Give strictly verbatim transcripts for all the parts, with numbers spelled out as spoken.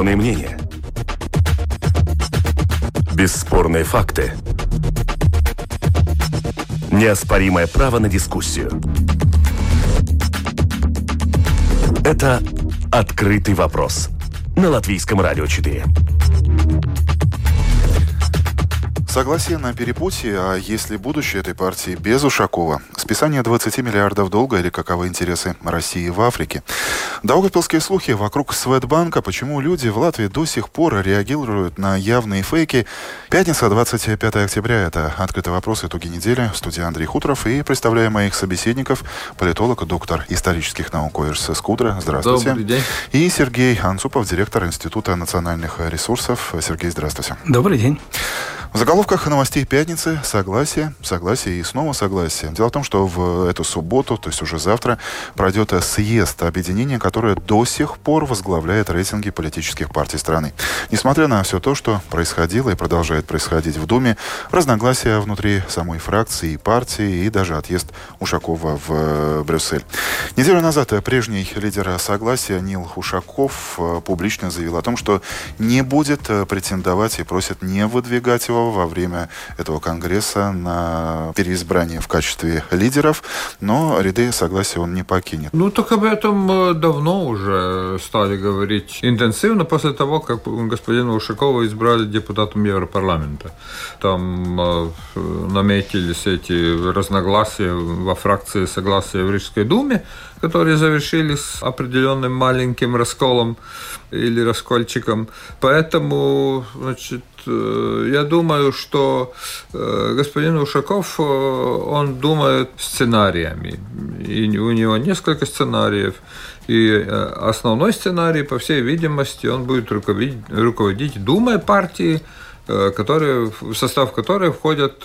Объективные мнения. Бесспорные факты. Неоспоримое право на дискуссию. Это «Открытый вопрос» на Латвийском радио четыре. Согласие на перепутье, а если будущее этой партии без Ушакова? Списание двадцати миллиардов долга или каковы интересы России в Африке? Даугавпилские слухи вокруг Светбанка. Почему люди в Латвии до сих пор реагируют на явные фейки? Пятница, двадцать пятое октября. Это «Открытый вопрос. Итоги недели». В студии Андрей Хуторов. И представляю моих собеседников. Политолог, доктор исторических наук Оирс Скудра. Здравствуйте. Добрый день. И Сергей Анцупов, директор Института национальных ресурсов. Сергей, здравствуйте. Добрый день. В заголовках новостей пятницы согласие, согласие и снова согласие. Дело в том, что в эту субботу, то есть уже завтра, пройдет съезд объединения, которое до сих пор возглавляет рейтинги политических партий страны. Несмотря на все то, что происходило и продолжает происходить в Думе, разногласия внутри самой фракции и партии, и даже отъезд Ушакова в Брюссель. Неделю назад прежний лидер согласия Нил Ушаков публично заявил о том, что не будет претендовать и просит не выдвигать его во время этого конгресса на переизбрание в качестве лидеров, но ряды согласия он не покинет. Ну, так об этом давно уже стали говорить интенсивно после того, как господина Ушакова избрали депутатом Европарламента. Там э, наметились эти разногласия во фракции согласия в Рижской думе, которые завершились определенным маленьким расколом или раскольчиком. Поэтому, значит, я думаю, что господин Ушаков, он думает сценариями. И у него несколько сценариев. И основной сценарий, по всей видимости, он будет руководить, руководить Думой партии, которые, в состав которой входят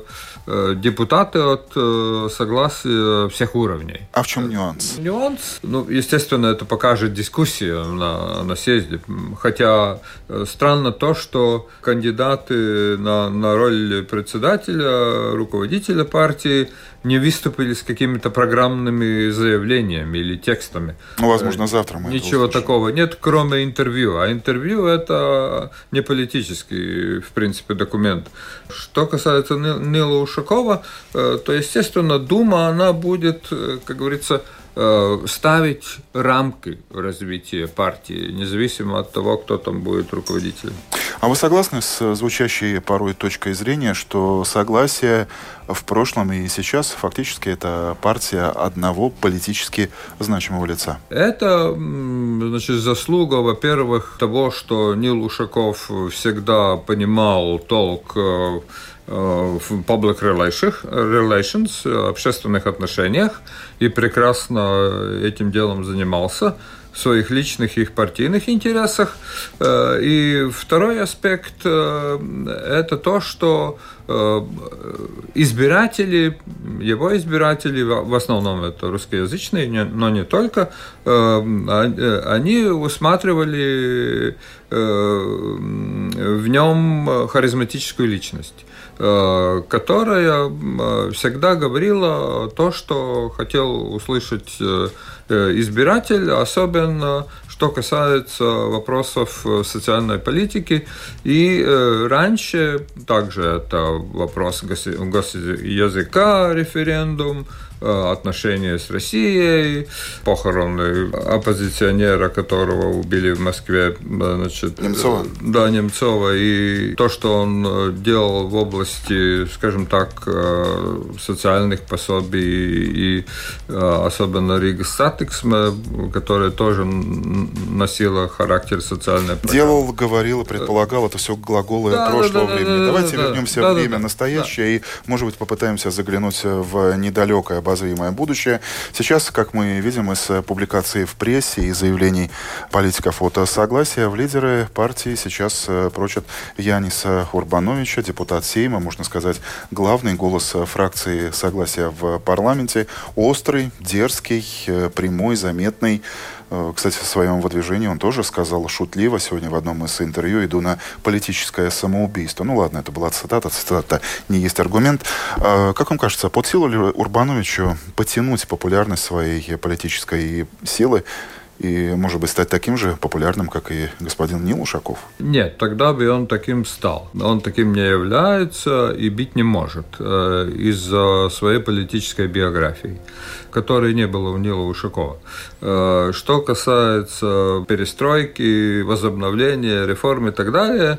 депутаты от согласия всех уровней. А в чем нюанс? Нюанс? Ну, естественно, это покажет дискуссия на, на съезде. Хотя странно то, что кандидаты на, на роль председателя, руководителя партии не выступили с какими-то программными заявлениями или текстами. Ну, возможно, завтра мы Ничего такого нет, кроме интервью. А интервью – это не политический, в принципе, документ. Что касается Нила Ушакова, то, естественно, Дума, она будет, как говорится, ставить рамки развития партии, независимо от того, кто там будет руководителем. А вы согласны с звучащей порой точкой зрения, что согласие в прошлом и сейчас фактически это партия одного политически значимого лица? Это, значит, заслуга, во-первых, того, что Нил Ушаков всегда понимал толк в public relations, общественных отношениях, и прекрасно этим делом занимался в своих личных и партийных интересах. И второй аспект – это то, что избиратели, его избиратели, в основном это русскоязычные, но не только, они усматривали в нем харизматическую личность, которая всегда говорила то, что хотел услышать избиратель, особенно что касается вопросов социальной политики. И раньше также это вопрос госязыка, референдум, отношения с Россией, похороны оппозиционера, которого убили в Москве, значит, Немцова. Да, Немцова, и то, что он делал в области, скажем так, социальных пособий и особенно Рига Статиксме, которая тоже носила характер социальной программы. Делал, говорил, предполагал, это все глаголы да, прошлого да, времени. Да, Давайте да, вернемся да, в время да, настоящее да. и, может быть, попытаемся заглянуть в недалекое обозримое будущее. Сейчас, как мы видим из публикаций в прессе и заявлений политиков от согласия, в лидеры партии сейчас прочат Яниса Урбановича, депутат Сейма, можно сказать, главный голос фракции согласия в парламенте. Острый, дерзкий, прямой, заметный. Кстати, в своем выдвижении он тоже сказал шутливо сегодня в одном из интервью: иду на политическое самоубийство. Ну ладно, это была цитата, цитата не есть аргумент. Как вам кажется, под силу ли Урбановичу потянуть популярность своей политической силы и, может быть, стать таким же популярным, как и господин Нил Ушаков? Нет, тогда бы он таким стал. Он таким не является и быть не может э, из-за своей политической биографии, которой не было у Нила Ушакова. Э, что касается перестройки, возобновления, реформ и так далее,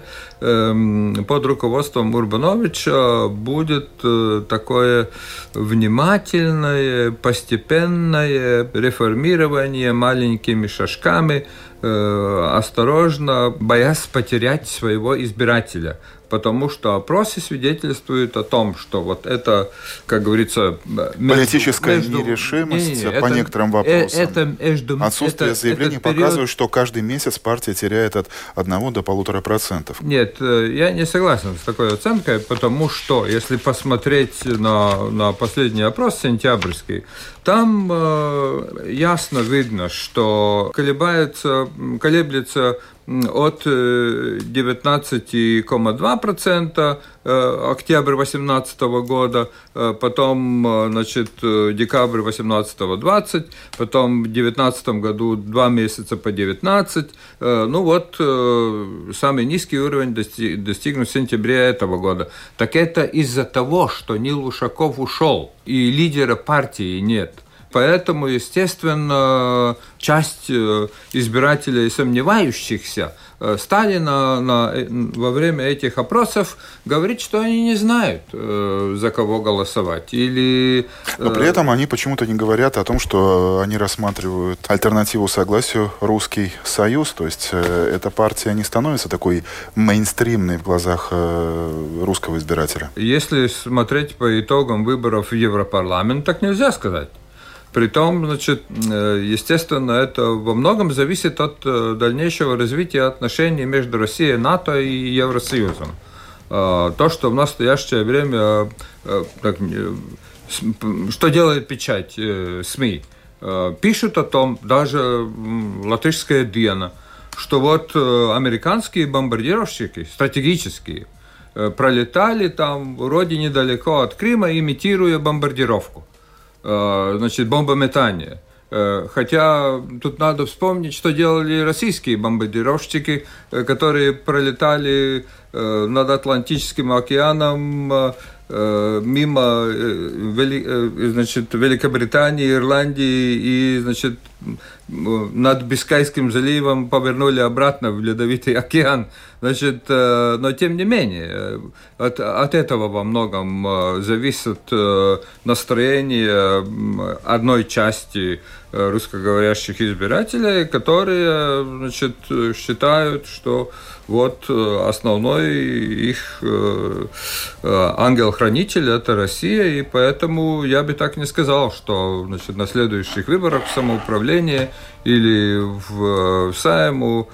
э, под руководством Урбановича будет э, такое внимательное, постепенное реформирование маленькими шажками, э, осторожно, боясь потерять своего избирателя. Потому что опросы свидетельствуют о том, что вот это, как говорится... Политическая между... нерешимость не, не, не, по это, некоторым вопросам. Это, между... Отсутствие это, заявлений период... показывает, что каждый месяц партия теряет от одного до полутора процентов. Нет, я не согласен с такой оценкой, потому что, если посмотреть на, на последний опрос, сентябрьский, там э, ясно видно, что колебается, колеблется от девятнадцати целых двух десятых процента октябрь две тысячи восемнадцатого года, потом, значит, декабрь две тысячи восемнадцатого двадцать, потом в две тысячи девятнадцатом году два месяца по девятнадцать. Ну вот, самый низкий уровень достигнут в сентябре этого года. Так это из-за того, что Нил Ушаков ушел, и лидера партии нет. Поэтому, естественно, часть избирателей, сомневающихся, стали на, на, во время этих опросов говорить, что они не знают, за кого голосовать. Или... Но при этом они почему-то не говорят о том, что они рассматривают альтернативу согласию «Русский Союз». То есть эта партия не становится такой мейнстримной в глазах русского избирателя. Если смотреть по итогам выборов в Европарламент, так нельзя сказать. Притом, значит, естественно, это во многом зависит от дальнейшего развития отношений между Россией, НАТО и Евросоюзом. То, что в настоящее время, так, что делает печать СМИ, пишут о том, даже латышская Диена, что вот американские бомбардировщики, стратегические, пролетали там вроде недалеко от Крыма, имитируя бомбардировку. Значит, бомбометание. Хотя тут надо вспомнить, что делали российские бомбардировщики, которые пролетали над Атлантическим океаном мимо, значит, Великобритании, Ирландии и, значит, над Бискайским заливом повернули обратно в Ледовитый океан. Значит, но тем не менее, от, от этого во многом зависит настроение одной части русскоговорящих избирателей, которые, значит, считают, что вот основной их ангел-хранитель – это Россия, и поэтому я бы так не сказал, что, значит, на следующих выборах в самоуправление или в, в Сайму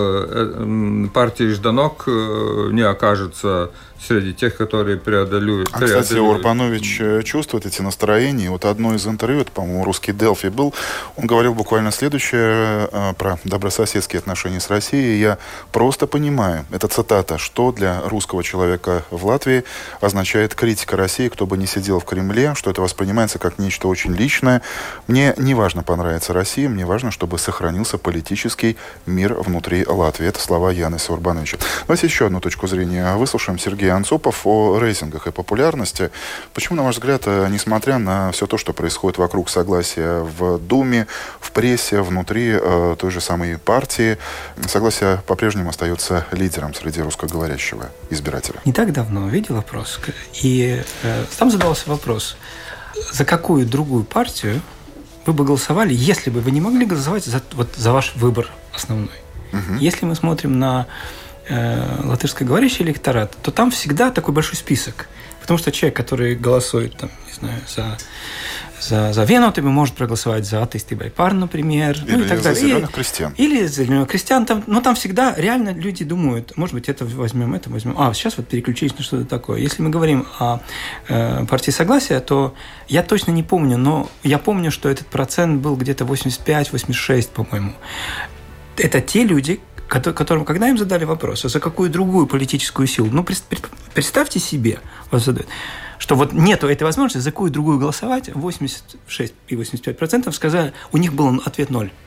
партии Жданок не окажется среди тех, которые преодолеют. А, кстати, Урбанович чувствует эти настроения. Вот одно из интервью, это, по-моему, русский Делфи был, он говорил буквально следующее про добрососедские отношения с Россией. Я просто понимаю, это цитата, что для русского человека в Латвии означает критика России, кто бы ни сидел в Кремле, что это воспринимается как нечто очень личное. Мне не важно, понравится Россия, мне важно, чтобы сохранился политический мир внутри Латвии. Это слова Яниса Урбановича. Давайте еще одну точку зрения выслушаем. Сергей Анцупов о рейтингах и популярности. Почему, на ваш взгляд, несмотря на все то, что происходит вокруг согласия в Думе, в прессе, внутри э, той же самой партии, согласие по-прежнему остается лидером среди русскоговорящего избирателя? Не так давно видел опрос, и э, там задавался вопрос, за какую другую партию вы бы голосовали, если бы вы не могли голосовать за, вот, за ваш выбор основной. Угу. Если мы смотрим на латышскоговорящий электорат, то там всегда такой большой список. Потому что человек, который голосует там, не знаю, за, за, за Vienotiem, может проголосовать за Attīstībai par, например. Или ну, и так за далее. зеленых крестьян. Или за зеленых крестьян. Там, но там всегда реально люди думают, может быть, это возьмем, это возьмем. А, сейчас вот переключились на что-то такое. Если мы говорим о э, партии Согласия, то я точно не помню, но я помню, что этот процент был где-то восемьдесят пять - восемьдесят шесть, по-моему. Это те люди, которым, когда им задали вопрос, а за какую другую политическую силу, ну, представьте себе, вас задают, что вот нету этой возможности, за какую другую голосовать, восемьдесят шесть и восемьдесят пять процентов сказали, у них был ответ ноль.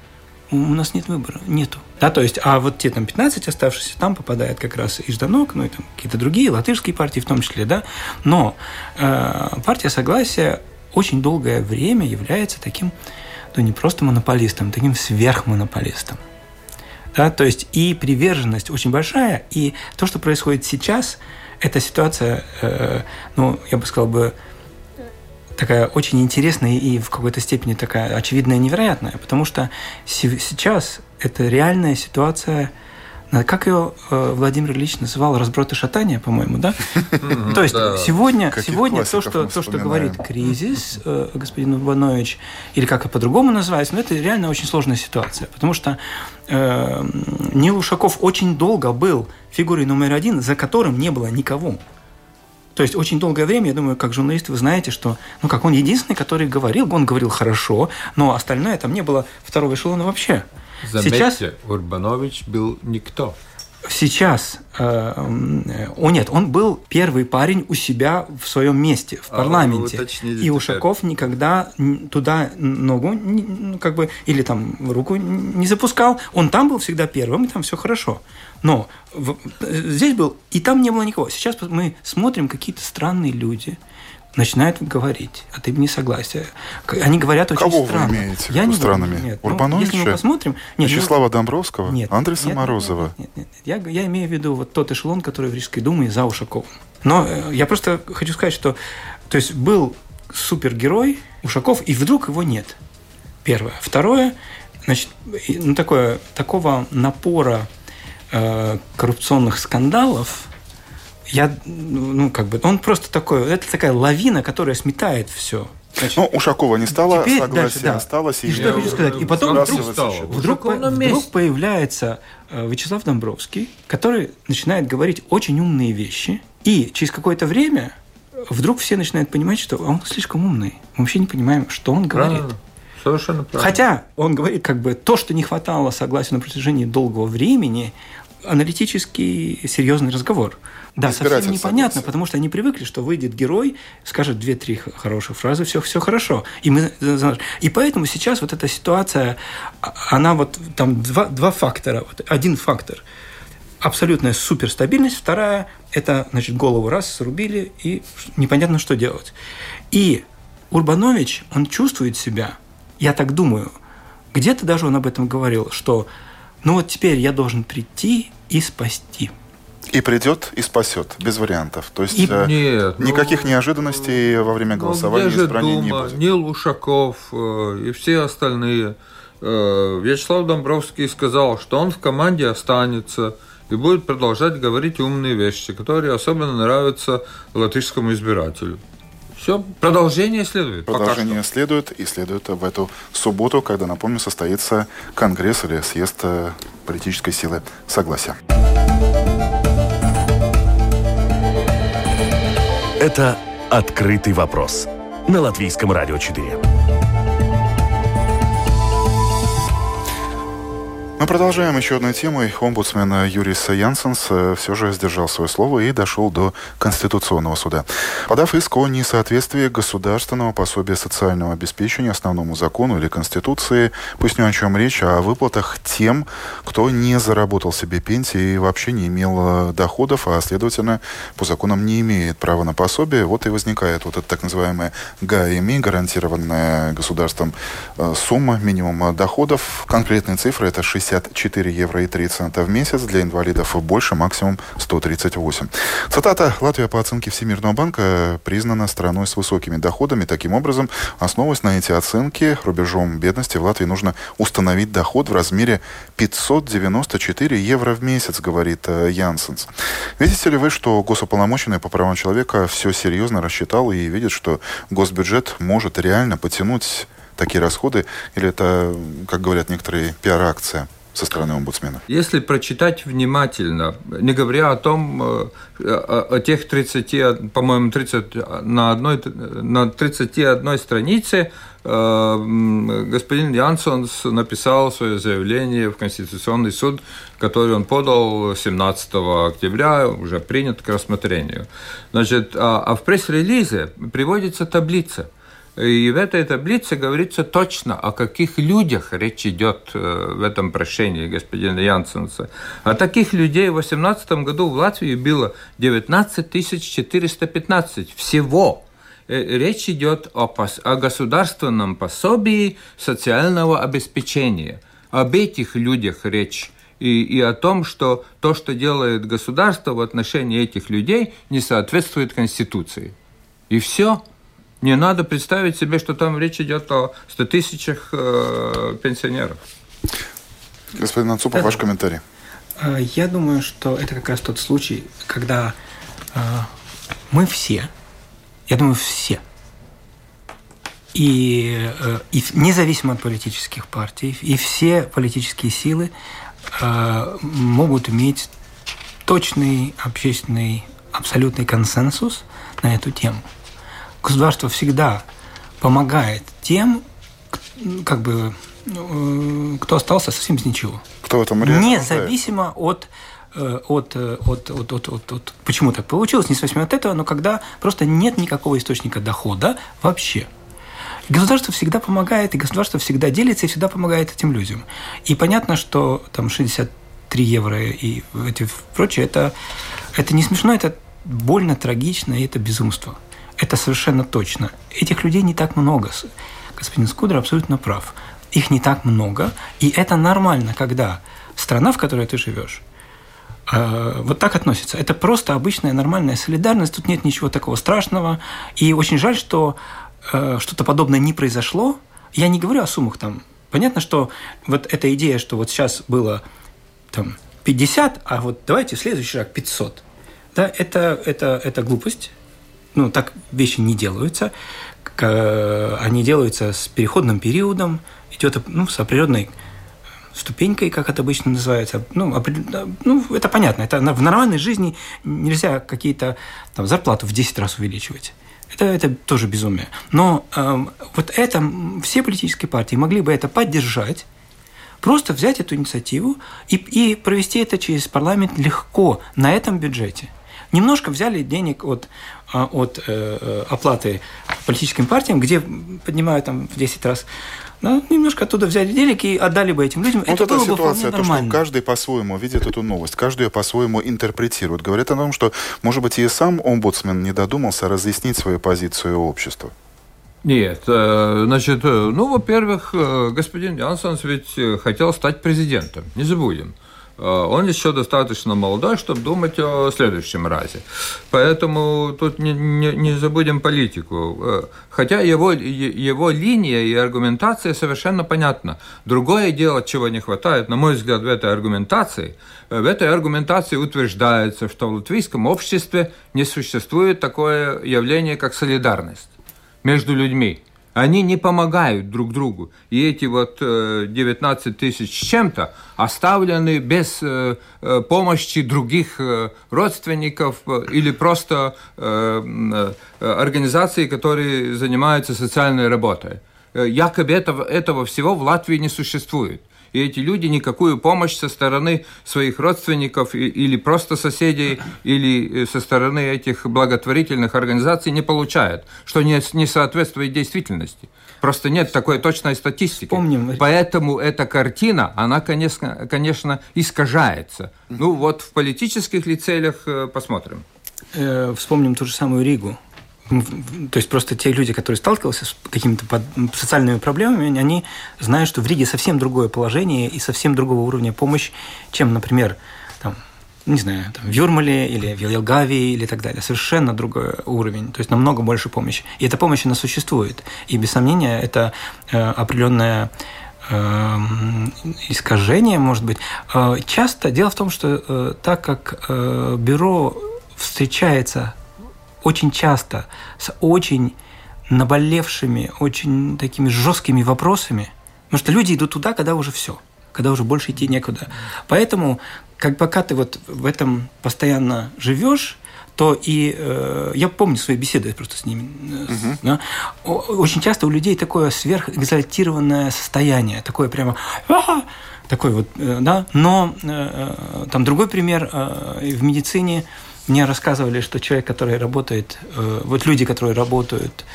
у нас нет выбора, нету. Да, то есть, а вот те там пятнадцать оставшиеся, там попадает как раз и Жданок, ну и там какие-то другие, латышские партии в том числе, да. Но э, партия Согласия очень долгое время является таким, ну не просто монополистом, таким сверхмонополистом. Да, то есть и приверженность очень большая, и то, что происходит сейчас, эта ситуация, э, ну, я бы сказал бы, такая очень интересная и в какой-то степени такая очевидная, невероятная, потому что сейчас это реальная ситуация, как ее Владимир Ильич называл, разброд и шатание, по-моему, да? То есть сегодня то, что говорит кризис, господин Урбанович, или как и по-другому называется, но это реально очень сложная ситуация, потому что Нил Ушаков очень долго был фигурой номер один, за которым не было никого. То есть очень долгое время, я думаю, как журналист, вы знаете, что ну как он единственный, который говорил, он говорил хорошо, но остальное там не было второго эшелона вообще. Заметьте, сейчас, Урбанович был никто. Сейчас, э, о нет, он был первый парень у себя в своем месте, в парламенте. А, и Ушаков теперь никогда туда ногу, как бы, или там руку не запускал. Он там был всегда первым, и там все хорошо. Но в, здесь был, и там не было никого. Сейчас мы смотрим, какие-то странные люди начинают говорить от имени Согласия. Они говорят очень Кого странно. Кого вы имеете я в виду странными? Нет, Урбановича? Ну, если мы посмотрим... Нет, Вячеслава ну, Домбровского? Нет, Андреса нет, Морозова? Нет, нет, нет, нет. Я, я имею в виду вот тот эшелон, который в Рижской думе за Ушаковым. Но э, я просто хочу сказать, что то есть был супергерой Ушаков, и вдруг его нет. Первое. Второе, значит, ну, такое, такого напора э, коррупционных скандалов, я, ну, как бы, он просто такой, это такая лавина, которая сметает все. Значит, ну, Ушакова не стало, теперь, Согласия дальше, да. осталось. И, и что я хочу сказать? И потом вдруг, вдруг, вдруг появляется Вячеслав Домбровский, который начинает говорить очень умные вещи, и через какое-то время вдруг все начинают понимать, что он слишком умный. Мы вообще не понимаем, что он говорит. Правильно. Совершенно правильно. Хотя он говорит, как бы, то, что не хватало Согласию на протяжении долгого времени, аналитический серьезный разговор. Да, совсем непонятно, потому что они привыкли, что выйдет герой, скажет две-три хороших фразы, все, все хорошо. И, мы, и поэтому сейчас вот эта ситуация, она вот там два, два фактора. Вот один фактор – абсолютная суперстабильность, вторая – это, значит, голову раз срубили, и непонятно, что делать. И Урбанович, он чувствует себя, я так думаю, где-то даже он об этом говорил, что ну вот теперь я должен прийти и спасти. И придет, и спасет, без вариантов. То есть и, э, нет, никаких ну, неожиданностей во время голосования ну, избрания не Дума, будет. Нил Ушаков э, и все остальные. Э, Вячеслав Домбровский сказал, что он в команде останется и будет продолжать говорить умные вещи, которые особенно нравятся латышскому избирателю. Все, продолжение следует. Продолжение следует, и следует в эту субботу, когда, напомню, состоится конгресс или съезд политической силы Согласия. Это «Открытый вопрос» на Латвийском радио четыре. Мы продолжаем еще одной темой. Омбудсмен Юрис Янсенс все же сдержал свое слово и дошел до Конституционного суда. Подав иск о несоответствии государственного пособия социального обеспечения основному закону или Конституции, поясню, о чем речь, о выплатах тем, кто не заработал себе пенсии и вообще не имел доходов, а, следовательно, по законам не имеет права на пособие. Вот и возникает вот эта так называемая ГАЭМИ, гарантированная государством сумма, минимум доходов. Конкретные цифры – это шестьдесят четыре евро и три цента в месяц, для инвалидов больше, максимум сто тридцать восемь. Цитата. «Латвия, по оценке Всемирного банка, признана страной с высокими доходами. Таким образом, основываясь на эти оценки, рубежом бедности в Латвии нужно установить доход в размере пятьсот девяносто четыре евро в месяц», говорит Янсенс. Видите ли вы, что госуполномоченный по правам человека все серьезно рассчитал и видит, что госбюджет может реально потянуть такие расходы, или это, как говорят некоторые, пиар-акция со стороны омбудсмена? Если прочитать внимательно, не говоря о том, о, о тех тридцати, по-моему, тридцать, на, одной, на тридцати одной странице господин Янсенс написал свое заявление в Конституционный суд, который он подал семнадцатого октября, уже принят к рассмотрению. Значит, а в пресс-релизе приводится таблица, И в этой таблице говорится точно, о каких людях речь идет в этом прошении господина Янсенса. А таких людей в две тысячи восемнадцатом году в Латвии было девятнадцать тысяч четыреста пятнадцать всего. Речь идет о, пос- о государственном пособии социального обеспечения. Об этих людях речь. И, и о том, что то, что делает государство в отношении этих людей, не соответствует Конституции. И все. Не надо представить себе, что там речь идет о ста тысячах э, пенсионеров. Господин Анцупов, ваш комментарий. Я думаю, что это как раз тот случай, когда э, мы все, я думаю, все, и, э, и независимо от политических партий, и все политические силы э, могут иметь точный общественный абсолютный консенсус на эту тему. Государство всегда помогает тем, как бы, кто остался совсем без ничего. Кто в этом реально независимо от, от, от, от, от, от, от... Почему так получилось, независимо от этого, но когда просто нет никакого источника дохода вообще. Государство всегда помогает, и государство всегда делится, и всегда помогает этим людям. И понятно, что там шестьдесят три евро и эти прочее, это, это не смешно, это больно, трагично, и это безумство. Это совершенно точно. Этих людей не так много. Господин Скудра абсолютно прав. Их не так много, и это нормально, когда страна, в которой ты живешь, э, вот так относится. Это просто обычная нормальная солидарность, тут нет ничего такого страшного. И очень жаль, что э, что-то подобное не произошло. Я не говорю о суммах там. Понятно, что вот эта идея, что вот сейчас было там, пятьдесят, а вот давайте в следующий шаг пятьсот. Да, это, это, это глупость. Ну, так вещи не делаются. Они делаются с переходным периодом, идет, ну, с определенной ступенькой, как это обычно называется. Ну, опред... ну это понятно. Это в нормальной жизни нельзя какие-то там, зарплату в десять раз увеличивать. Это, это тоже безумие. Но э, вот это все политические партии могли бы это поддержать, просто взять эту инициативу и, и провести это через парламент легко на этом бюджете. Немножко взяли денег от, от э, оплаты политическим партиям, где поднимают там в десять раз. Ну, немножко оттуда взяли денег и отдали бы этим людям. Вот это эта было ситуация, бы то, что каждый по-своему видит эту новость, каждый ее по-своему интерпретирует. Говорит о том, что, может быть, и сам омбудсмен не додумался разъяснить свою позицию обществу. Нет, значит, ну, во-первых, господин Янсенс ведь хотел стать президентом, не забудем. Он еще достаточно молодой, чтобы думать о следующем разе. Поэтому тут не, не, не забудем политику. Хотя его, его линия и аргументация совершенно понятна. Другое дело, чего не хватает, на мой взгляд, в этой аргументации. В этой аргументации утверждается, что в латвийском обществе не существует такое явление, как солидарность между людьми. Они не помогают друг другу. И эти вот девятнадцать тысяч с чем-то оставлены без помощи других родственников или просто организаций, которые занимаются социальной работой. Якобы этого, этого всего в Латвии не существует. И эти люди никакую помощь со стороны своих родственников или просто соседей, или со стороны этих благотворительных организаций не получают, что не, не соответствует действительности. Просто нет такой точной статистики. Помним. Поэтому эта картина, она, конечно, конечно искажается. Ну вот в политических ли целях посмотрим. Э, вспомним ту же самую Ригу. То есть просто те люди, которые сталкивались с какими-то социальными проблемами, они знают, что в Риге совсем другое положение и совсем другого уровня помощи, чем, например, там, не знаю, там, в Юрмале или в Елгавии или так далее. Совершенно другой уровень, то есть намного больше помощи. И эта помощь, она существует. И, без сомнения, это э, определенное э, искажение, может быть. Э, часто дело в том, что э, так как э, бюро встречается очень часто с очень наболевшими, очень такими жесткими вопросами, потому что люди идут туда, когда уже все, когда уже больше идти некуда. Поэтому, как пока ты вот в этом постоянно живешь, то и э, я помню свои беседы просто с ними. Uh-huh. Да, очень часто у людей такое сверхэкзальтированное состояние, такое прямо такой вот, да. Но э, там другой пример э, в медицине. Мне рассказывали, что человек, который работает, вот люди, которые работают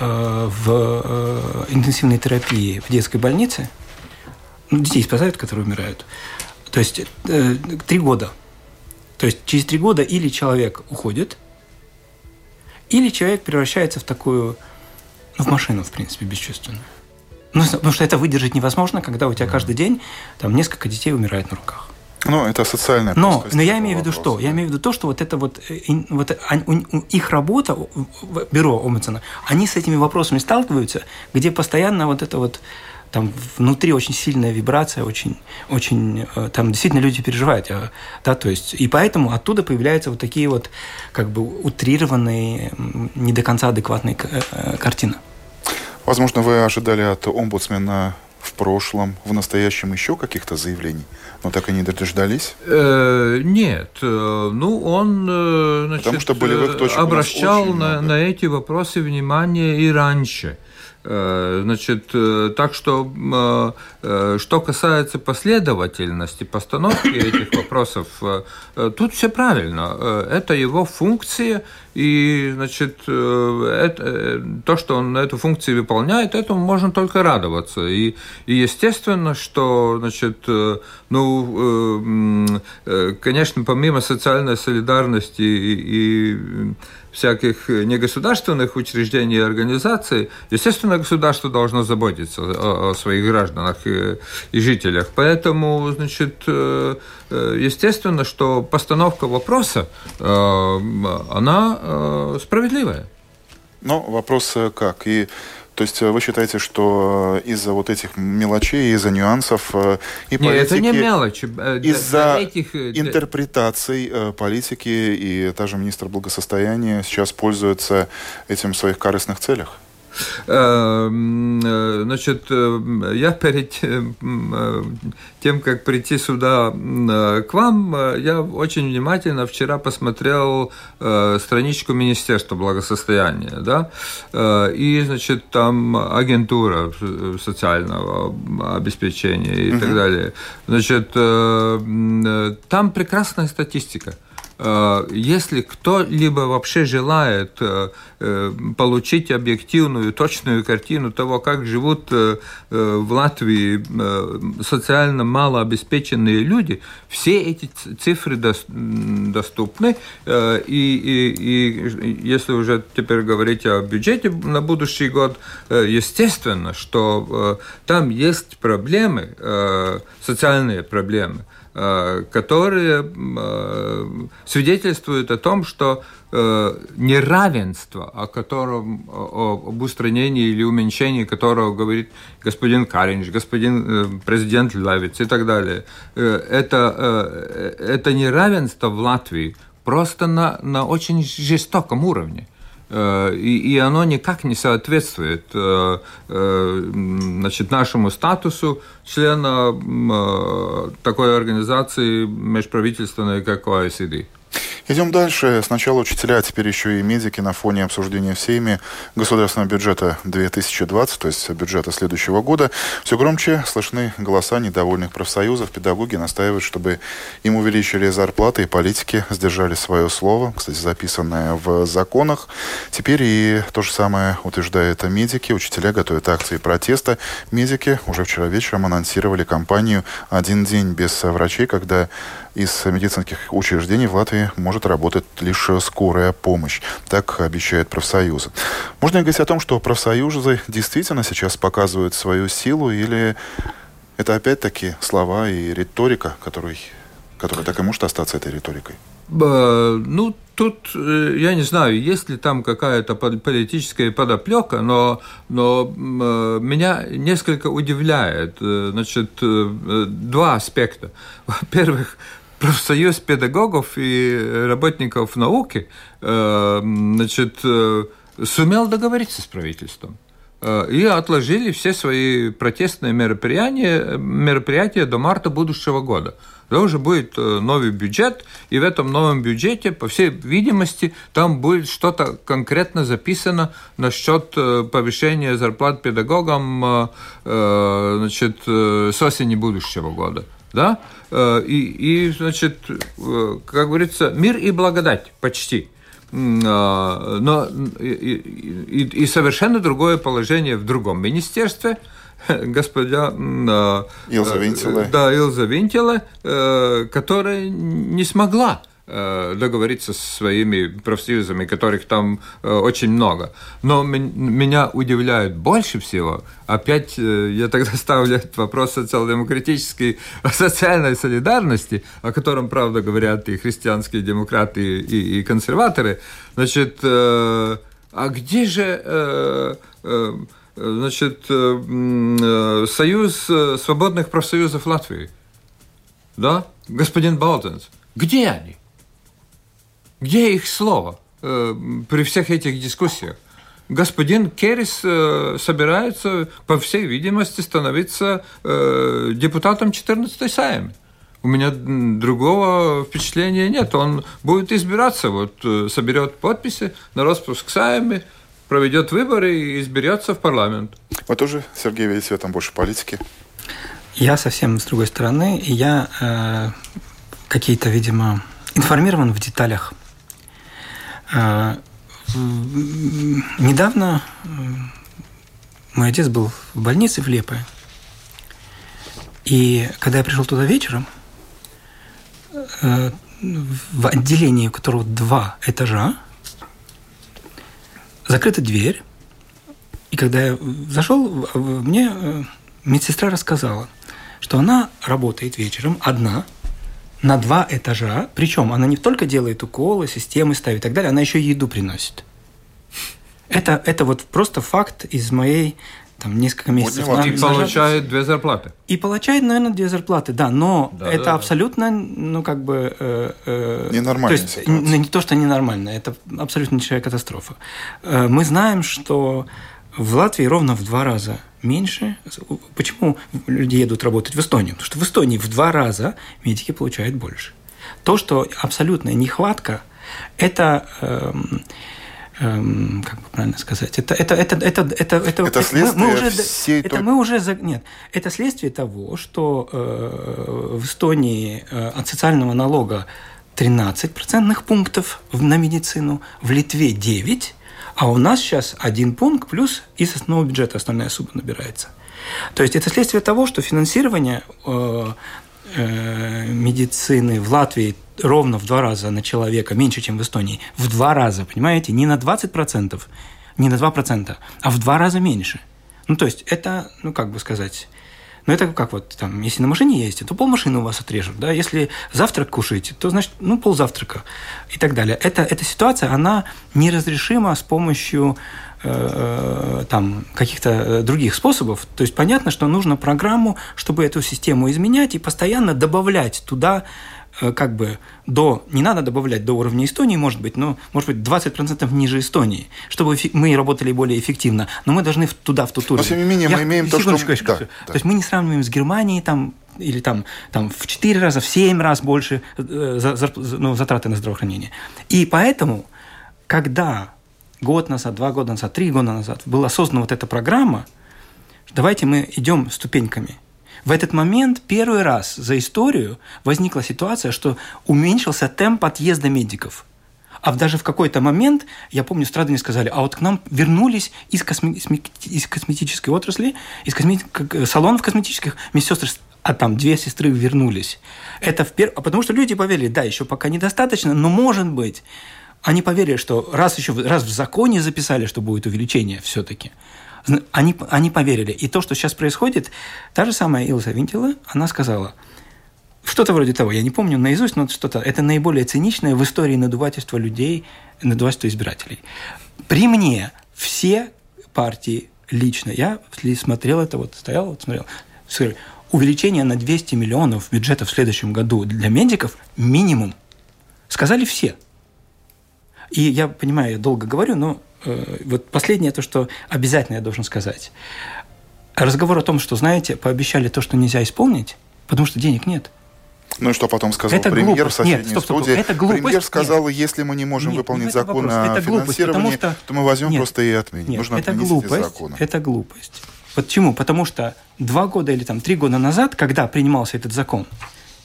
в интенсивной терапии в детской больнице, детей спасают, которые умирают, то есть три года. То есть через три года или человек уходит, или человек превращается в такую, ну, в машину, в принципе, бесчувственную. Ну, потому что это выдержать невозможно, когда у тебя каждый день там несколько детей умирает на руках. Ну, это социальная но, но я имею в виду что? Я имею в виду то, что вот это вот, вот их работа, бюро омбудсмена, они с этими вопросами сталкиваются, где постоянно вот это вот там внутри очень сильная вибрация, очень, очень там действительно люди переживают, да, то есть и поэтому оттуда появляются вот такие вот как бы утрированные, не до конца адекватные картины. Возможно, вы ожидали от омбудсмена в прошлом, в настоящем еще каких-то заявлений, но так и не дождались? Э, нет. Ну, он значит, Потому что болевых точек обращал на, на эти вопросы внимание и раньше. Значит, так что, что касается последовательности постановки этих вопросов, тут все правильно. Это его функция, и, значит, это, то, что он эту функцию выполняет, этому можно только радоваться. И, и естественно, что, значит, ну, конечно, помимо социальной солидарности и, и всяких негосударственных учреждений и организаций, естественно, государство должно заботиться о, о своих гражданах и, и жителях. Поэтому, значит, естественно, что постановка вопроса, она справедливая. Но вопрос как? И то есть вы считаете, что из-за вот этих мелочей, из-за нюансов и политики... Нет, это не мелочи. Из-за этих... интерпретаций политики и даже министр благосостояния сейчас пользуются этим в своих корыстных целях? Значит, я перед тем, как прийти сюда к вам, я очень внимательно вчера посмотрел страничку Министерства благосостояния, да, и, значит, там агентура социального обеспечения и mm-hmm. так далее. Значит, там прекрасная статистика. Если кто-либо вообще желает получить объективную, точную картину того, как живут в Латвии социально малообеспеченные люди, все эти цифры доступны. И, и, и если уже теперь говорить о бюджете на будущий год, естественно, что там есть проблемы, социальные проблемы, которые свидетельствуют о том, что неравенство, о котором, об устранении или уменьшении которого говорит господин Каринч, господин президент Левиц и так далее, это, это неравенство в Латвии просто на, на очень жестоком уровне. И, и оно никак не соответствует значит, нашему статусу члена такой организации межправительственной, как о э эс ди. Идем дальше. Сначала учителя, а теперь еще и медики на фоне обсуждения в Сейме государственного бюджета две тысячи двадцатого, то есть бюджета следующего года. Все громче слышны голоса недовольных профсоюзов. Педагоги настаивают, чтобы им увеличили зарплаты, и политики сдержали свое слово, кстати, записанное в законах. Теперь и то же самое утверждают медики. Учителя готовят акции протеста. Медики уже вчера вечером анонсировали кампанию «Один день без врачей», когда из медицинских учреждений в Латвии может работать лишь скорая помощь. Так обещают профсоюзы. Можно ли говорить о том, что профсоюзы действительно сейчас показывают свою силу, или это опять-таки слова и риторика, которой, которая так и может остаться этой риторикой? Ну, тут я не знаю, есть ли там какая-то политическая подоплека, но, но меня несколько удивляет, значит, два аспекта. Во-первых, профсоюз педагогов и работников науки, значит, сумел договориться с правительством и отложили все свои протестные мероприятия, мероприятия до марта будущего года. Да, уже будет новый бюджет, и в этом новом бюджете, по всей видимости, там будет что-то конкретно записано насчет повышения зарплат педагогам, значит, с осени будущего года. Да? И, и, значит, как говорится, мир и благодать почти. но и, и, и совершенно другое положение в другом министерстве. Господа Илза Винтеле. Да, Илза Винтеле, которая не смогла договориться со своими профсоюзами, которых там очень много. Но меня удивляет больше всего, опять я тогда ставлю этот вопрос социал-демократической, социальной солидарности, о котором, правда, говорят и христианские демократы, и, и консерваторы. Значит, а где же... Значит, Союз свободных профсоюзов Латвии? Да? Господин Балденс. Где они? Где их слово э, при всех этих дискуссиях? Господин Керрис э, собирается, по всей видимости, становиться э, депутатом четырнадцатой Саймы. У меня другого впечатления нет. Он будет избираться, вот, э, соберет подписи на распуск Саймы, проведет выборы и изберется в парламент. Вы тоже, Сергей, видите в этом больше политики? Я совсем с другой стороны. И я э, какие-то, видимо, информирован в деталях. Э, недавно мой отец был в больнице в Лепе. И когда я пришел туда вечером, э, в отделении, у которого два этажа, закрыта дверь, и когда я зашел, мне медсестра рассказала, что она работает вечером одна на два этажа, причем она не только делает уколы, системы ставит и так далее, она еще и еду приносит. Это, это вот просто факт из моей там несколько месяцев. Вот, и получает две зарплаты. И получает, наверное, две зарплаты, да, но да, это да, абсолютно, ну, как бы... Э, э, ненормальная то есть, ситуация. Не, не то, что ненормально, это абсолютнейшая катастрофа. Э, мы знаем, что в Латвии ровно в два раза меньше. Почему люди едут работать в Эстонию? Потому что в Эстонии в два раза медики получают больше. То, что абсолютная нехватка, это... Э, как бы правильно сказать, это это это это это это, это следствие мы, мы уже всей это той... мы уже нет это следствие того, что э, в Эстонии э, от социального налога тринадцать процентных пунктов на медицину, в Литве девять, а у нас сейчас один пункт плюс из основного бюджета остальная сумма набирается. То есть это следствие того, что финансирование э, э, медицины в Латвии ровно в два раза на человека, меньше, чем в Эстонии. В два раза, понимаете? Не на двадцать процентов, не на два процента, а в два раза меньше. Ну, то есть, это, ну, как бы сказать... Ну, это как вот, там, если на машине ездите, то полмашины у вас отрежут, да? Если завтрак кушаете, то, значит, ну, ползавтрака и так далее. Это, эта ситуация, она неразрешима с помощью э, там, каких-то других способов. То есть, понятно, что нужно программу, чтобы эту систему изменять и постоянно добавлять туда как бы до, не надо добавлять до уровня Эстонии, может быть, но, может быть, двадцать процентов ниже Эстонии, чтобы мы работали более эффективно, но мы должны туда, в ту уровень. Но, тем не менее, Я, мы имеем то, что... Да, да. То есть мы не сравниваем с Германией, там, или там, там в четыре раза, в семь раз больше э, за, за, ну, затраты на здравоохранение. И поэтому, когда год назад, два года назад, три года назад была создана вот эта программа, давайте мы идем ступеньками. В этот момент первый раз за историю возникла ситуация, что уменьшился темп отъезда медиков. А даже в какой-то момент, я помню, страдания сказали, а вот к нам вернулись из, косме... из косметической отрасли, из косме... салонов косметических медсестры, а там две сестры вернулись. Это в пер... Потому что люди поверили, да, еще пока недостаточно, но может быть. Они поверили, что раз еще раз в законе записали, что будет увеличение все-таки. Они, они поверили. И то, что сейчас происходит, та же самая Илза Винтеле, она сказала, что-то вроде того, я не помню наизусть, но что-то, это наиболее циничное в истории надувательства людей, надувательства избирателей. При мне все партии лично, я смотрел это, вот стоял, вот смотрел, увеличение на двести миллионов бюджета в следующем году для медиков минимум. Сказали все. И я понимаю, я долго говорю, но вот последнее, то, что обязательно я должен сказать. Разговор о том, что, знаете, пообещали то, что нельзя исполнить, потому что денег нет. Ну и что потом сказал это премьер глупость. В соседней нет, стоп, стоп, студии? Это премьер сказал, нет. Если мы не можем нет, выполнить закон о финансировании, что... то мы возьмем нет, просто и отменим. Нет, Нужно это отменить глупость, эти законы. Это глупость. Почему? Потому что два года или там три года назад, когда принимался этот закон,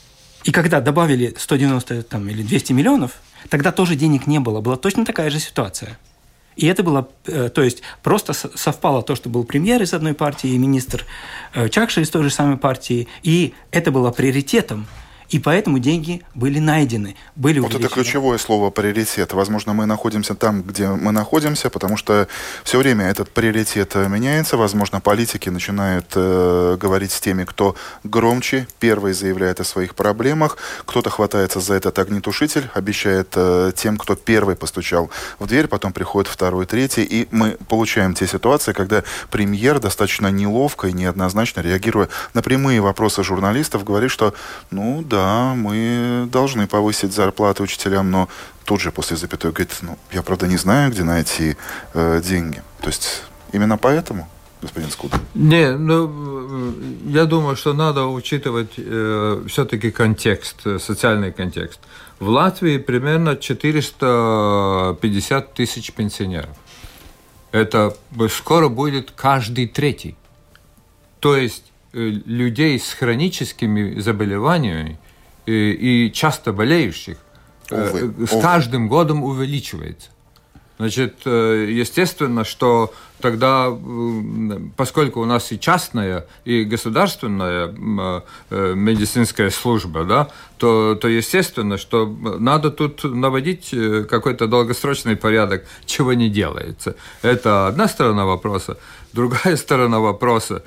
И когда добавили сто девяносто там, или двести миллионов, тогда тоже денег не было. Была точно такая же ситуация. И это было, то есть, просто совпало то, что был премьер из одной партии и министр Чакша из той же самой партии, и это было приоритетом. И поэтому деньги были найдены, были вот увеличены. Это ключевое слово «приоритет». Возможно, мы находимся там, где мы находимся, потому что все время этот приоритет меняется. Возможно, политики начинают э, говорить с теми, кто громче, первый заявляет о своих проблемах. Кто-то хватается за этот огнетушитель, обещает э, тем, кто первый постучал в дверь, потом приходит второй, третий. И мы получаем те ситуации, когда премьер достаточно неловко и неоднозначно, реагируя на прямые вопросы журналистов, говорит, что ну да, Да, мы должны повысить зарплаты учителям, но тут же после запятой говорит, ну, я, правда, не знаю, где найти э, деньги. То есть именно поэтому, господин Скудр? Не, ну, я думаю, что надо учитывать э, все-таки контекст, социальный контекст. В Латвии примерно четыреста пятьдесят тысяч пенсионеров. Это скоро будет каждый третий. То есть людей с хроническими заболеваниями и часто болеющих Увы. с Увы. каждым годом увеличивается. Значит, естественно, что тогда, поскольку у нас и частная, и государственная медицинская служба, да, то, то естественно, что надо тут наводить какой-то долгосрочный порядок, чего не делается. Это одна сторона вопроса. Другая сторона вопроса,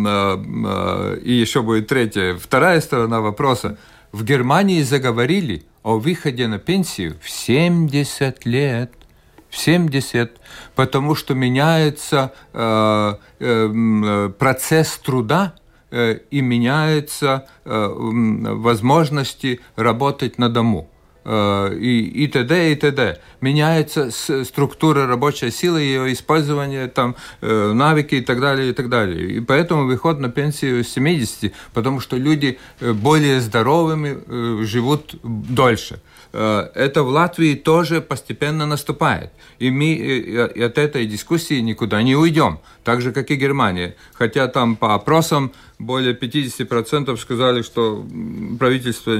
и еще будет третья, вторая сторона вопроса. В Германии заговорили о выходе на пенсию в семьдесят лет. В семьдесят, потому что меняется э, э, процесс труда э, и меняются э, возможности работать на дому. И, и т.д. и т.д. Меняется структура рабочей силы, ее использование, там, навыки и так далее, и так далее. И поэтому выход на пенсию с семидесяти, потому что люди более здоровыми живут дольше. Это в Латвии тоже постепенно наступает. И мы от этой дискуссии никуда не уйдем. Так же, как и Германия. Хотя там по опросам более пятьдесят процентов сказали, что правительство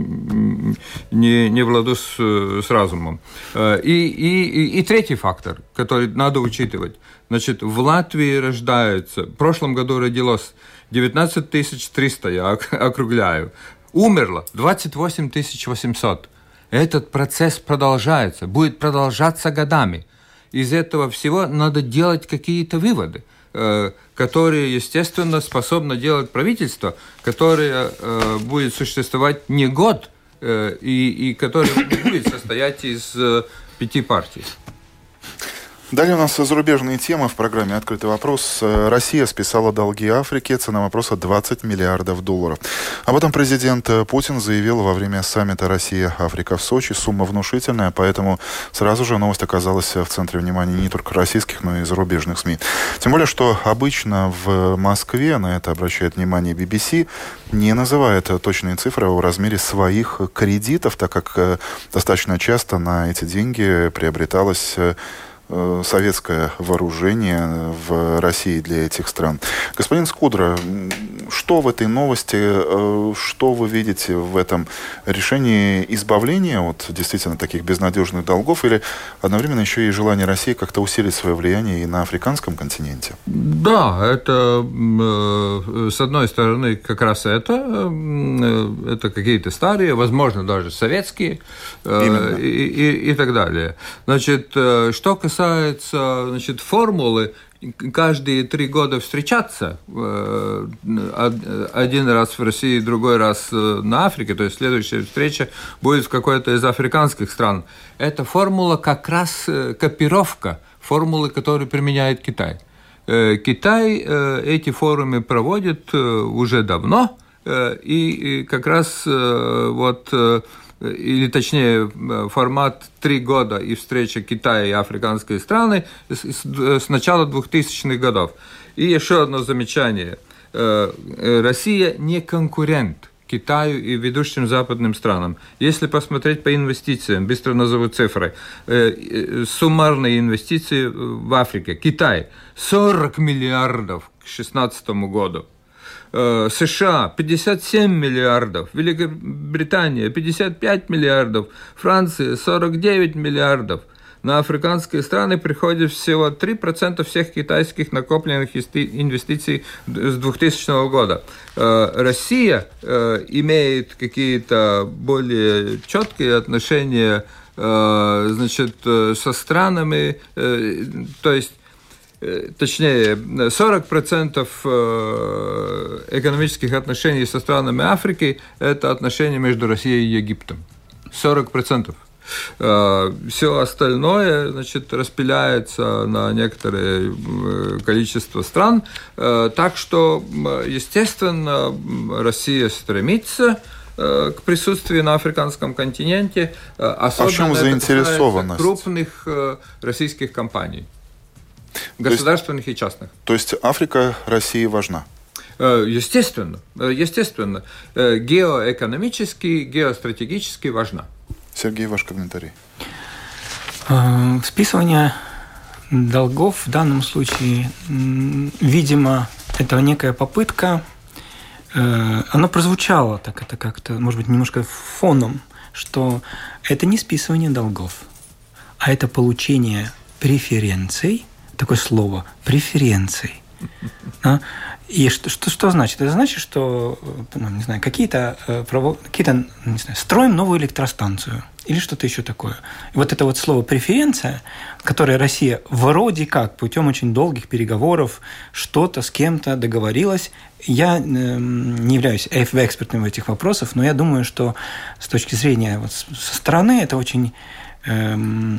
не, не в ладу с, с разумом. И, и, и третий фактор, который надо учитывать. Значит, в Латвии рождается, в прошлом году родилось девятнадцать тысяч триста, я округляю. Умерло двадцать восемь тысяч восемьсот. Этот процесс продолжается, будет продолжаться годами. Из этого всего надо делать какие-то выводы, которые, естественно, способно делать правительство, которое будет существовать не год и, и которое будет состоять из пяти партий. Далее у нас зарубежные темы в программе «Открытый вопрос». Россия списала долги Африке. Цена вопроса двадцать миллиардов долларов. Об этом президент Путин заявил во время саммита «Россия-Африка» в Сочи. Сумма внушительная, поэтому сразу же новость оказалась в центре внимания не только российских, но и зарубежных СМИ. Тем более, что обычно в Москве, на это обращает внимание би би си, не называет точные цифры о размере своих кредитов, так как достаточно часто на эти деньги приобреталось советское вооружение в России для этих стран. Господин Скудра, что в этой новости, что вы видите в этом решении избавления от действительно таких безнадежных долгов или одновременно еще и желание России как-то усилить свое влияние и на африканском континенте? Да, это с одной стороны как раз это, это какие-то старые, возможно даже советские и, и, и так далее. Значит, что касается касается, значит, формулы, каждые три года встречаться, один раз в России, другой раз на Африке, то есть следующая встреча будет в какой-то из африканских стран. Эта формула как раз копировка формулы, которую применяет Китай. Китай эти форумы проводит уже давно, и как раз вот... или точнее формат три года и встреча Китая и африканской страны с начала двухтысячных годов. И еще одно замечание. Россия не конкурент Китаю и ведущим западным странам. Если посмотреть по инвестициям, быстро назову цифры. Суммарные инвестиции в Африке. Китай сорок миллиардов к две тысячи шестнадцатому году. США пятьдесят семь миллиардов, Великобритания пятьдесят пять миллиардов, Франция сорок девять миллиардов. На африканские страны приходит всего три процента всех китайских накопленных инвестиций с двухтысячного года. Россия имеет какие-то более четкие отношения, значит, со странами, то есть, точнее, сорок процентов экономических отношений со странами Африки – это отношения между Россией и Египтом. сорок процентов. Все остальное, значит, распыляется на некоторое количество стран. Так что, естественно, Россия стремится к присутствию на африканском континенте, особенно а в чем заинтересованность крупных российских компаний, государственных и частных. То есть Африка России важна? Естественно, естественно, геоэкономически, геостратегически важна. Сергей, ваш комментарий. Списывание долгов в данном случае, видимо, это некая попытка, оно прозвучало так, это как-то, может быть, немножко фоном, что это не списывание долгов, а это получение преференций, такое слово, преференций. И что, что, что значит? Это значит, что, ну, не знаю, какие-то, какие-то, не знаю, строим новую электростанцию или что-то еще такое. И вот это вот слово «преференция», которое Россия вроде как путем очень долгих переговоров что-то с кем-то договорилась, я не являюсь экспертом в этих вопросах, но я думаю, что с точки зрения вот со стороны это очень эм,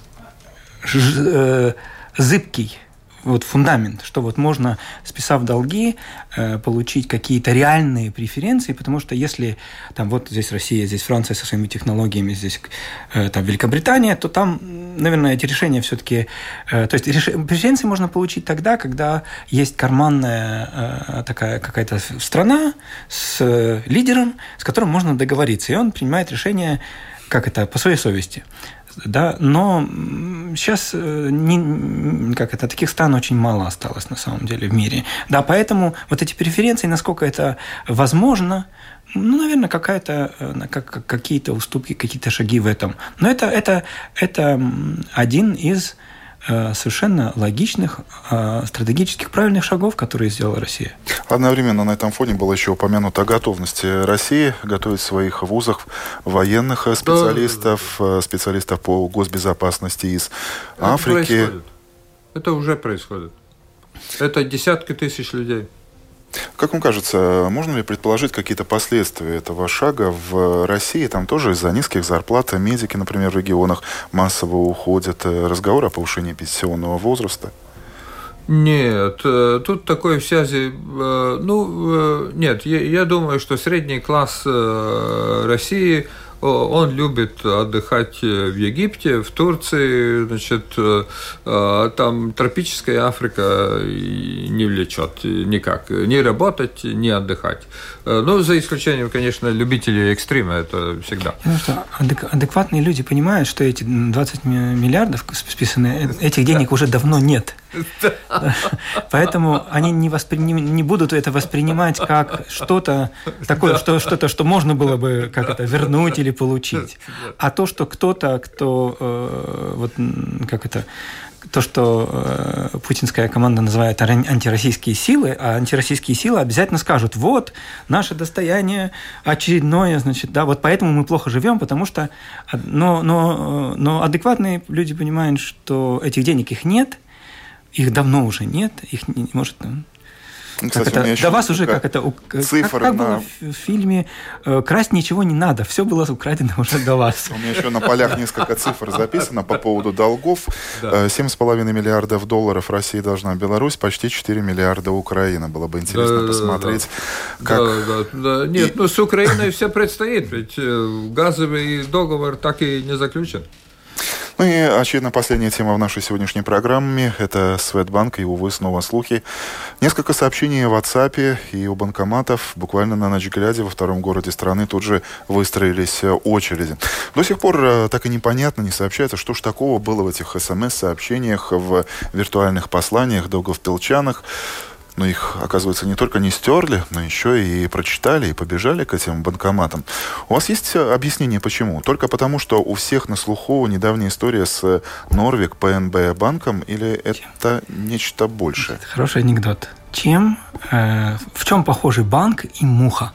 ж, э, зыбкий вот фундамент, что вот можно, списав долги, получить какие-то реальные преференции, потому что если там вот здесь Россия, здесь Франция со своими технологиями, здесь там Великобритания, то там, наверное, эти решения все-таки... То есть преференции можно получить тогда, когда есть карманная такая какая-то страна с лидером, с которым можно договориться, и он принимает решение, как это, по своей совести. Да, но сейчас не, как это, таких стран очень мало осталось на самом деле в мире. Да, поэтому вот эти преференции, насколько это возможно, ну, наверное, какая-то, как, какие-то уступки, какие-то шаги в этом. Но это, это, это один из совершенно логичных, стратегических, правильных шагов, которые сделала Россия. Одновременно на этом фоне было еще упомянуто о готовности России готовить в своих вузах военных специалистов, да, специалистов по госбезопасности из это Африки. Происходит. Это уже происходит. Это десятки тысяч людей. Как вам кажется, можно ли предположить какие-то последствия этого шага в России? Там тоже из-за низких зарплат медики, например, в регионах массово уходят. Разговор о повышении пенсионного возраста? Нет, тут такой связи... Ну, нет, я, я думаю, что средний класс России... Он любит отдыхать в Египте, в Турции, значит, там тропическая Африка не влечет никак. Не работать, не отдыхать. Ну, за исключением, конечно, любителей экстрима, это всегда. Потому что адекватные люди понимают, что эти двадцать миллиардов списанные, этих денег уже давно нет. Поэтому они не, воспри... не будут это воспринимать как что-то такое, что, что-то, что можно было бы как это, вернуть или получить. А то, что кто-то, кто э, вот как это, то, что э, путинская команда называет антироссийские силы, а антироссийские силы обязательно скажут: вот наше достояние очередное, значит, да, вот поэтому мы плохо живем, потому что, но, но, но адекватные люди понимают, что этих денег их нет. Их давно уже нет, их не может... Кстати, это, до вас уже как это... Как, как на... было в фильме «Красть ничего не надо», все было украдено уже до вас. У меня еще на полях несколько цифр записано по поводу долгов. семь с половиной миллиардов долларов Россия должна Беларусь, почти четыре миллиарда Украина. Было бы интересно да, посмотреть, да, как... Да, да, да. Нет, и... ну с Украиной все предстоит, ведь газовый договор так и не заключен. Ну и, очевидно, последняя тема в нашей сегодняшней программе – это Светбанк и, увы, снова слухи. Несколько сообщений в WhatsApp и у банкоматов буквально на ночь глядя во втором городе страны тут же выстроились очереди. До сих пор так и непонятно, не сообщается, что ж такого было в этих смс-сообщениях, в виртуальных посланиях, долгопилчанах. Но их, оказывается, не только не стерли, но еще и прочитали, и побежали к этим банкоматам. У вас есть объяснение, почему? Только потому, что у всех на слуху недавняя история с Норвик ПНБ банком, или это нечто большее? Это хороший анекдот. Чем, э, в чем похожи банк и муха?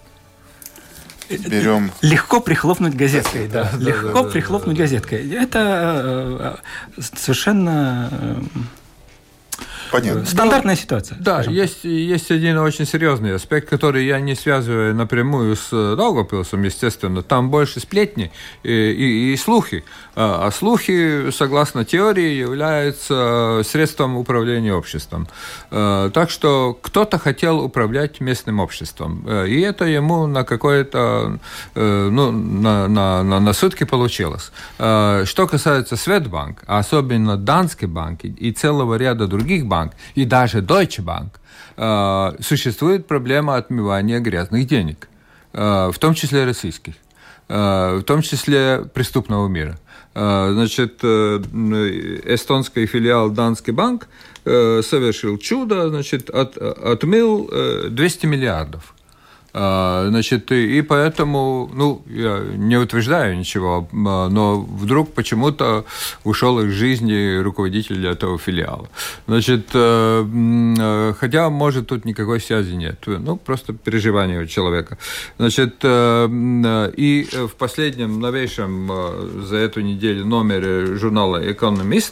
Берем... Легко прихлопнуть газеткой, да. да Легко да, да, прихлопнуть да, да. газеткой. Это э, совершенно э, Понятно. стандартная ситуация. Да, есть, есть один очень серьезный аспект, который я не связываю напрямую с Даугавпилсом, естественно. Там больше сплетни и, и, и слухи. А слухи, согласно теории, являются средством управления обществом. Так что кто-то хотел управлять местным обществом. И это ему на какое-то, ну, на, на, на, на сутки получилось. Что касается Светбанк, особенно Danske Bank и целого ряда других банков, и даже Deutsche Bank, существует проблема отмывания грязных денег, в том числе российских, в том числе преступного мира. Значит, эстонский филиал Danske Bank совершил чудо, значит, от, отмыл двести миллиардов. Значит, и поэтому, ну, я не утверждаю ничего, но вдруг почему-то ушел из жизни руководитель этого филиала. Значит, хотя, может, тут никакой связи нет, ну, просто переживание у человека. Значит, и в последнем, новейшем за эту неделю номере журнала «Экономист»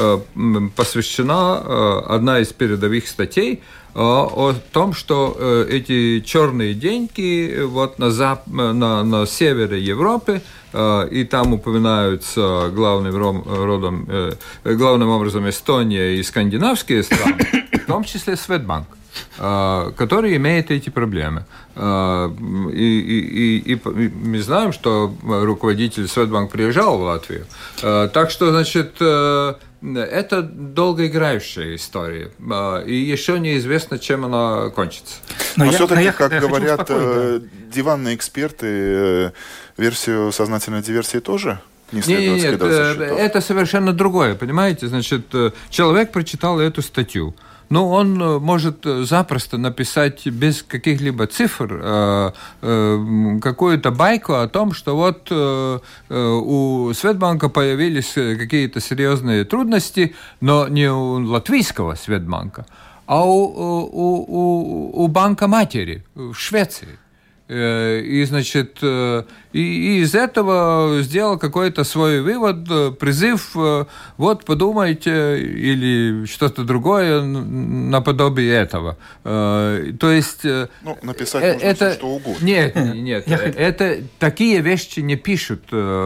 посвящена одна из передовых статей о том, что эти черные деньги вот на, зап... на, на севере Европы, и там упоминаются главным, родом, главным образом Эстония и скандинавские страны, в том числе Светбанк, который имеет эти проблемы. И, и, и, и мы знаем, что руководитель Светбанк приезжал в Латвию. Так что, значит, это долгоиграющая история, и еще неизвестно, чем она кончится. Но, но я, все-таки, но я, как я говорят да. диванные эксперты, версию сознательной диверсии тоже не следует нет, скидывать со счетов? Это совершенно другое, понимаете? Значит, человек прочитал эту статью. Ну, он может запросто написать без каких-либо цифр э, э, какую-то байку о том, что вот э, у Светбанка появились какие-то серьезные трудности, но не у латвийского Светбанка, а у, у, у, у банка матери в Швеции. И, значит, и, и из этого сделал какой-то свой вывод, призыв, вот подумайте, или что-то другое наподобие этого. То есть... Ну, написать можно это, все, что угодно. Нет, нет, это, такие вещи не пишут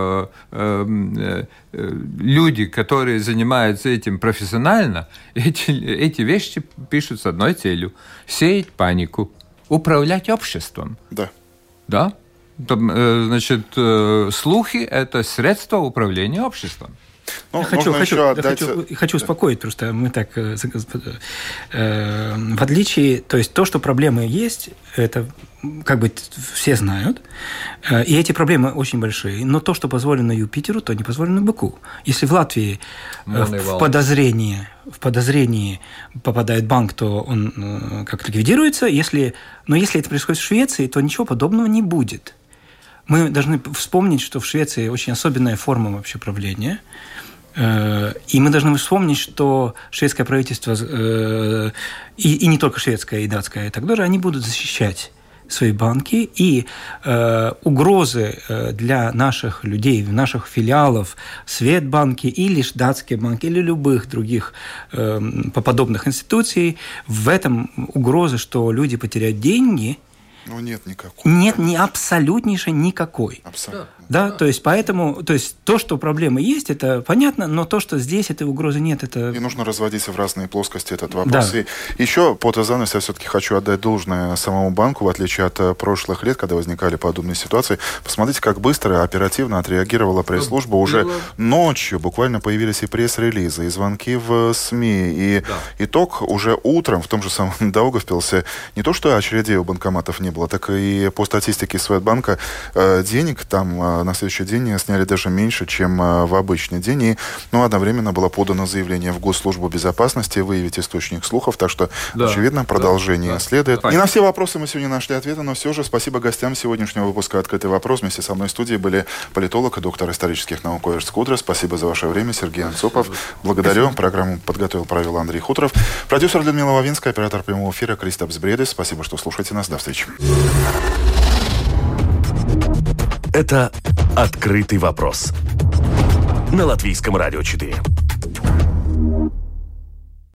люди, которые занимаются этим профессионально. Эти, эти вещи пишут с одной целью – сеять панику. Управлять обществом. Да. Да? Значит, слухи – это средство управления обществом. Ну, я хочу, хочу, отдать... хочу, хочу успокоить, потому что мы так, э, э, в отличие, то есть то, что проблемы есть, это как бы все знают, э, и эти проблемы очень большие, но то, что позволено Юпитеру, то не позволено быку. Если в Латвии э, в, подозрении, в подозрении попадает банк, то он э, как ликвидируется, если, но если это происходит в Швеции, то ничего подобного не будет. Мы должны вспомнить, что в Швеции очень особенная форма вообще правления. И мы должны вспомнить, что шведское правительство, и, и не только шведское, и датское, и так далее, они будут защищать свои банки, и э, угрозы для наших людей, наших филиалов, Светбанки или датские банки, или любых других э, подобных институций, в этом угрозы, что люди потеряют деньги, ну, нет никакой. Нет, ни абсолютнейшей никакой. Абсолютно. Да, да, то есть поэтому, то есть то, что проблемы есть, это понятно, но то, что здесь этой угрозы нет, это... И нужно разводить в разные плоскости этот вопрос. Да. И еще по занавес я все-таки хочу отдать должное самому банку, в отличие от прошлых лет, когда возникали подобные ситуации. Посмотрите, как быстро, оперативно отреагировала пресс-служба. Уже было... ночью буквально появились и пресс-релизы, и звонки в СМИ, и да. итог уже утром в том же самом Даугавпилсе не то, что очередей у банкоматов не было, так и по статистике Светбанка денег там на следующий день сняли даже меньше, чем в обычный день. И ну, одновременно было подано заявление в Госслужбу безопасности выявить источник слухов. Так что, да, очевидно, продолжение да, следует. Да. Не на все вопросы мы сегодня нашли ответы, но все же спасибо гостям сегодняшнего выпуска «Открытый вопрос». Вместе со мной в студии были политолог и доктор исторических наук Оверс Кудра. Спасибо за ваше время, Сергей Анцупов. Благодарю. Спасибо. Программу подготовил, провел Андрей Хуторов. Продюсер Людмила Вавинская, оператор прямого эфира Кристопс Бредес. Спасибо, что слушаете нас. До встречи. Это «Открытый вопрос» на Латвийском радио четыре.